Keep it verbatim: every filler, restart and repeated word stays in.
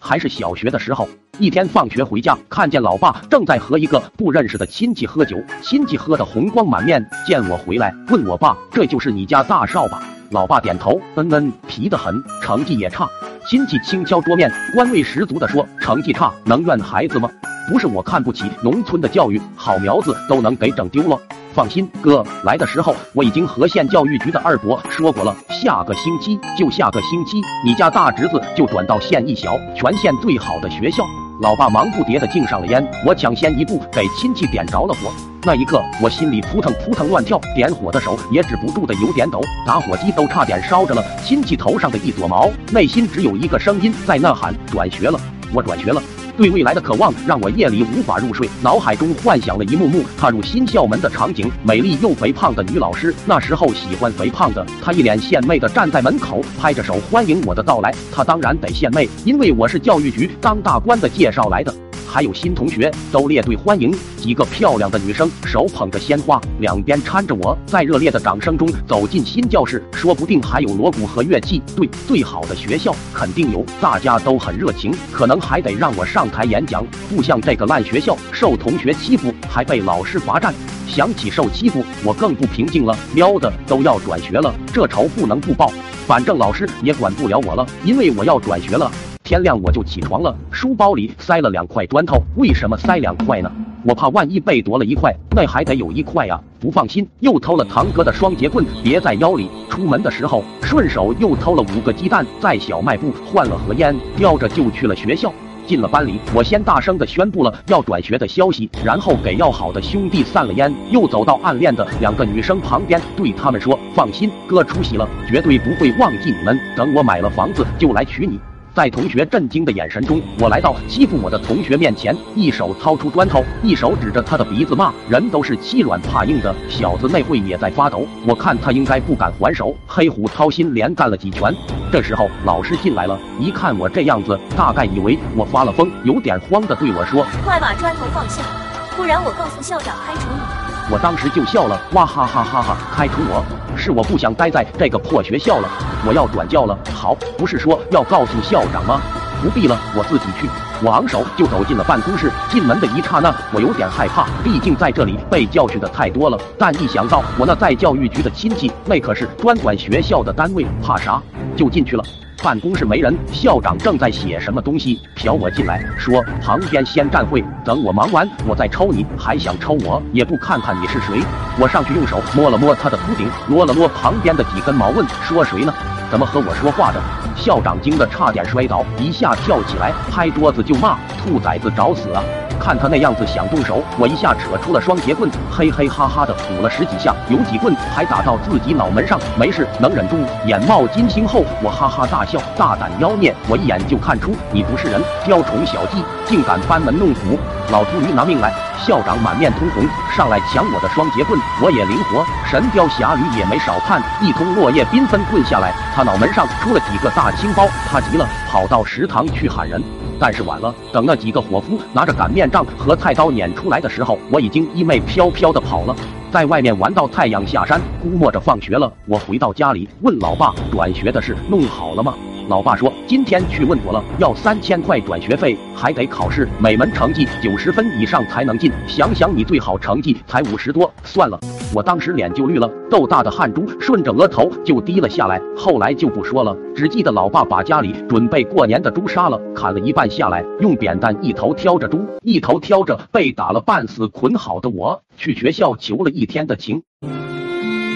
还是小学的时候，一天放学回家，看见老爸正在和一个不认识的亲戚喝酒，亲戚喝得红光满面，见我回来，问我爸：“这就是你家大少吧？”老爸点头，嗯嗯，皮得很，成绩也差。亲戚轻敲桌面，官味十足地说：“成绩差能怨孩子吗？不是我看不起农村的教育，好苗子都能给整丢了。放心，哥，来的时候我已经和县教育局的二伯说过了，下个星期就下个星期，你家大侄子就转到县一小全县最好的学校。”老爸忙不迭地敬上了烟，我抢先一步给亲戚点着了火。那一刻，我心里扑腾扑腾乱跳，点火的手也止不住的有点抖，打火机都差点烧着了亲戚头上的一撮毛，内心只有一个声音在呐喊：转学了，我转学了。对未来的渴望让我夜里无法入睡，脑海中幻想了一幕幕踏入新校门的场景。美丽又肥胖的女老师，那时候喜欢肥胖的，她一脸献媚的站在门口，拍着手欢迎我的到来。她当然得献媚，因为我是教育局当大官的介绍来的。还有新同学都列队欢迎，几个漂亮的女生手捧着鲜花，两边搀着我，在热烈的掌声中走进新教室，说不定还有锣鼓和乐器。对，最好的学校肯定有，大家都很热情，可能还得让我上台演讲，不像这个烂学校，受同学欺负还被老师罚站。想起受欺负，我更不平静了，喵的都要转学了，这仇不能不报。反正老师也管不了我了，因为我要转学了。天亮我就起床了，书包里塞了两块砖头。为什么塞两块呢？我怕万一被夺了一块，那还得有一块呀。不放心，又偷了堂哥的双节棍别在腰里。出门的时候顺手又偷了五个鸡蛋，在小卖部换了盒烟，叼着就去了学校。进了班里，我先大声地宣布了要转学的消息，然后给要好的兄弟散了烟，又走到暗恋的两个女生旁边，对他们说：“放心，哥出息了，绝对不会忘记你们，等我买了房子就来娶你。”在同学震惊的眼神中，我来到欺负我的同学面前，一手掏出砖头，一手指着他的鼻子骂：“人都是欺软怕硬的，小子那会也在发抖。我看他应该不敢还手，黑虎掏心连干了几拳。”这时候老师进来了，一看我这样子，大概以为我发了疯，有点慌的对我说：“ 快把砖头放下，不然我告诉校长开除你。” 我当时就笑了，哇哈哈哈哈！开除我？是我不想待在这个破学校了，我要转校了。好，不是说要告诉校长吗？不必了，我自己去。我昂首就走进了办公室，进门的一刹那，我有点害怕，毕竟在这里被教训的太多了。但一想到我那在教育局的亲戚，那可是专管学校的单位，怕啥？就进去了。办公室没人，校长正在写什么东西，瞟我进来，说：“旁边先站会，等我忙完，我再抽你。还想抽我，也不看看你是谁。”我上去用手摸了摸他的秃顶，摸了摸旁边的几根毛，问：“说谁呢？怎么和我说话的？”校长惊得差点摔倒，一下跳起来，拍桌子就骂：“兔崽子找死啊！”看他那样子想动手，我一下扯出了双节棍，嘿嘿哈哈的补了十几下，有几棍还打到自己脑门上，没事，能忍住。眼冒金星后，我哈哈大笑，大胆妖孽，我一眼就看出你不是人，雕虫小技，竟敢班门弄斧，老秃驴拿命来！校长满面通红，上来抢我的双节棍，我也灵活，神雕侠侣也没少看，一通落叶缤纷棍下来，他脑门上出了几个大青包，他急了，跑到食堂去喊人。但是晚了，等那几个伙夫拿着擀面杖和菜刀撵出来的时候，我已经衣袂飘飘的跑了，在外面玩到太阳下山，估摸着放学了。我回到家里问老爸，转学的事弄好了吗？老爸说今天去问过了，要三千块转学费，还得考试，每门成绩九十分以上才能进。想想你最好成绩才五十多，算了。我当时脸就绿了，豆大的汗珠顺着额头就滴了下来。后来就不说了，只记得老爸把家里准备过年的猪杀了，砍了一半下来，用扁担一头挑着猪，一头挑着被打了半死捆好的我，去学校求了一天的情。